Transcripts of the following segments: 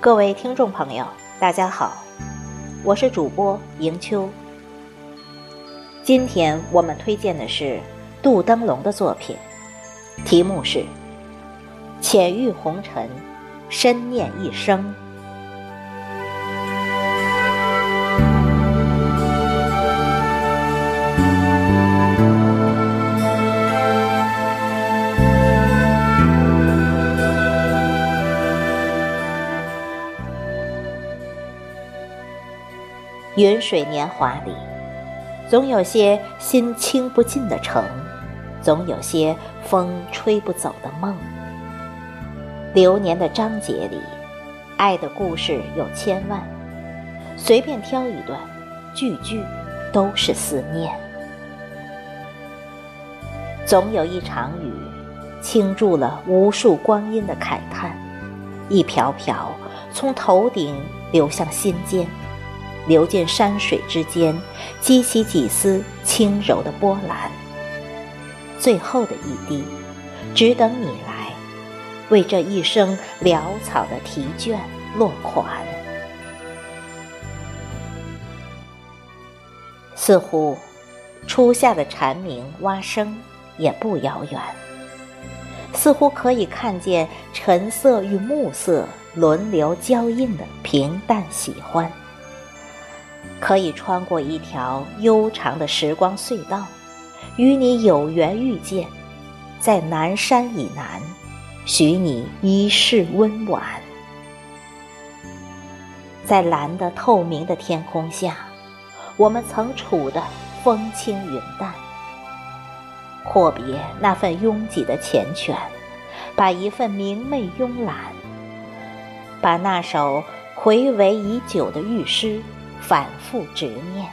各位听众朋友，大家好，我是主播迎秋。今天我们推荐的是杜登龙的作品，题目是《浅遇红尘，深念一生》。云水年华里，总有些心倾不尽的城，总有些风吹不走的梦。流年的章节里，爱的故事有千万，随便挑一段，句句都是思念。总有一场雨，倾注了无数光阴的慨叹，一瓢瓢从头顶流向心间，流进山水之间，激起几丝轻柔的波澜。最后的一滴，只等你来，为这一生潦草的题卷落款。似乎初夏的蝉鸣蛙声也不遥远，似乎可以看见晨色与暮色轮流交映的平淡喜欢，可以穿过一条悠长的时光隧道，与你有缘遇见，在南山以南，许你一世温婉。在蓝的透明的天空下，我们曾处的风轻云淡，阔别那份拥挤的缱绻，把一份明媚慵懒，把那首睽违已久的玉诗反复执念。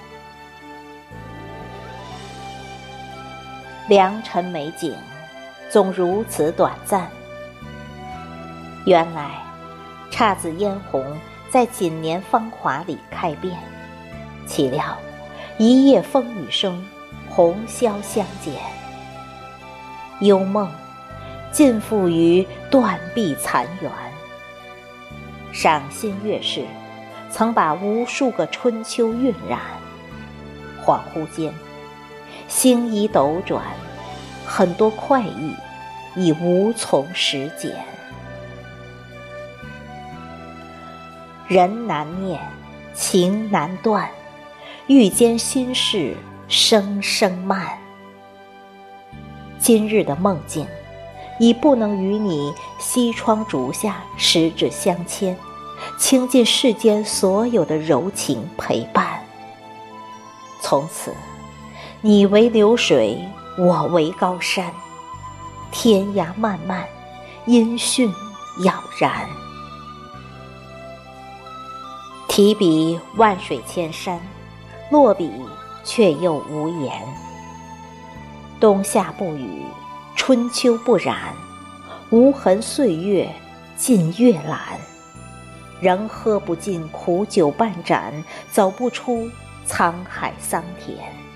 良辰美景总如此短暂，原来姹紫嫣红在锦年芳华里开遍，岂料一夜风雨声，红消相减。幽梦尽付于断壁残垣，赏心悦事曾把无数个春秋晕染，恍惚间星移斗转，很多快意已无从拾捡。人难念，情难断，遇间心事声声慢。今日的梦境已不能与你西窗烛下十指相牵，倾尽世间所有的柔情陪伴。从此你为流水，我为高山，天涯漫漫，音讯杳然。提笔万水千山，落笔却又无言。冬夏不语，春秋不染，无痕岁月尽阅览。仍喝不尽苦酒半盏，走不出沧海桑田。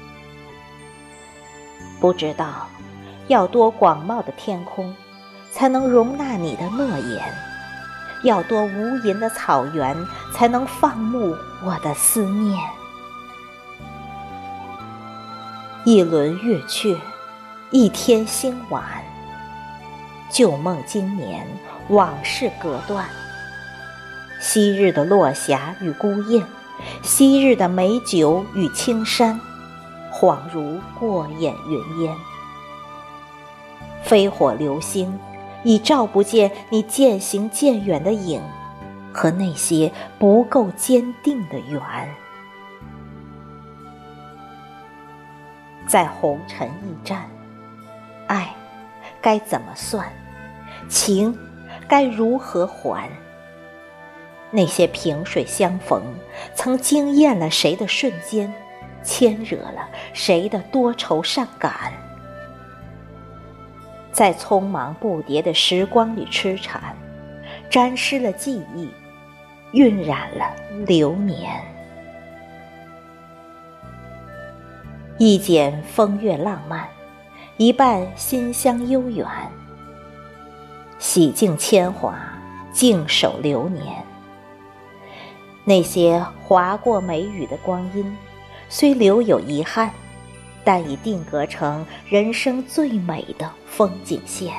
不知道要多广袤的天空，才能容纳你的诺言；要多无垠的草原，才能放牧我的思念。一轮月缺，一天星晚，旧梦今年，往事隔断。昔日的落霞与孤雁，昔日的美酒与青山，恍如过眼云烟。飞火流星已照不见你渐行渐远的影，和那些不够坚定的缘。在红尘驿站，爱该怎么算？情该如何还？那些萍水相逢，曾惊艳了谁的瞬间，牵惹了谁的多愁善感。在匆忙不迭的时光里痴缠，沾湿了记忆，晕染了流年。一剪风月浪漫，一半馨香悠远。洗净铅华，静守流年， 那些划过眉宇的光阴，虽留有遗憾，但已定格成人生最美的风景线。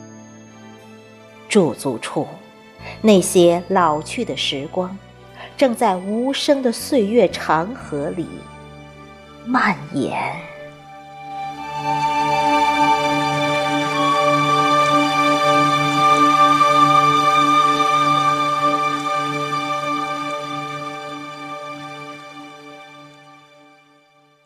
驻足处，那些老去的时光，正在无声的岁月长河里蔓延。